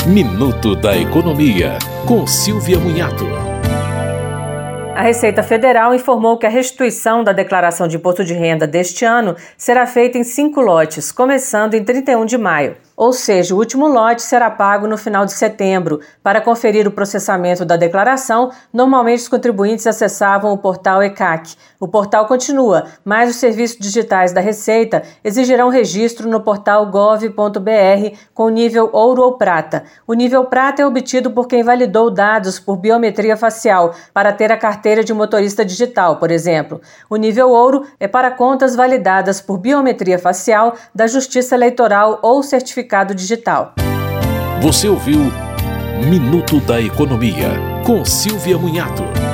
Minuto da Economia, com Silvia Munhato. A Receita Federal informou que a restituição da declaração de imposto de renda deste ano será feita em 5 lotes, começando em 31 de maio. Ou seja, o último lote será pago no final de setembro. Para conferir o processamento da declaração, normalmente os contribuintes acessavam o portal ECAC. O portal continua, mas os serviços digitais da Receita exigirão registro no portal gov.br com nível ouro ou prata. O nível prata é obtido por quem validou dados por biometria facial para ter a carteira de motorista digital, por exemplo. O nível ouro é para contas validadas por biometria facial da Justiça Eleitoral ou certificado digital. Você ouviu Minuto da Economia, com Silvia Munhato.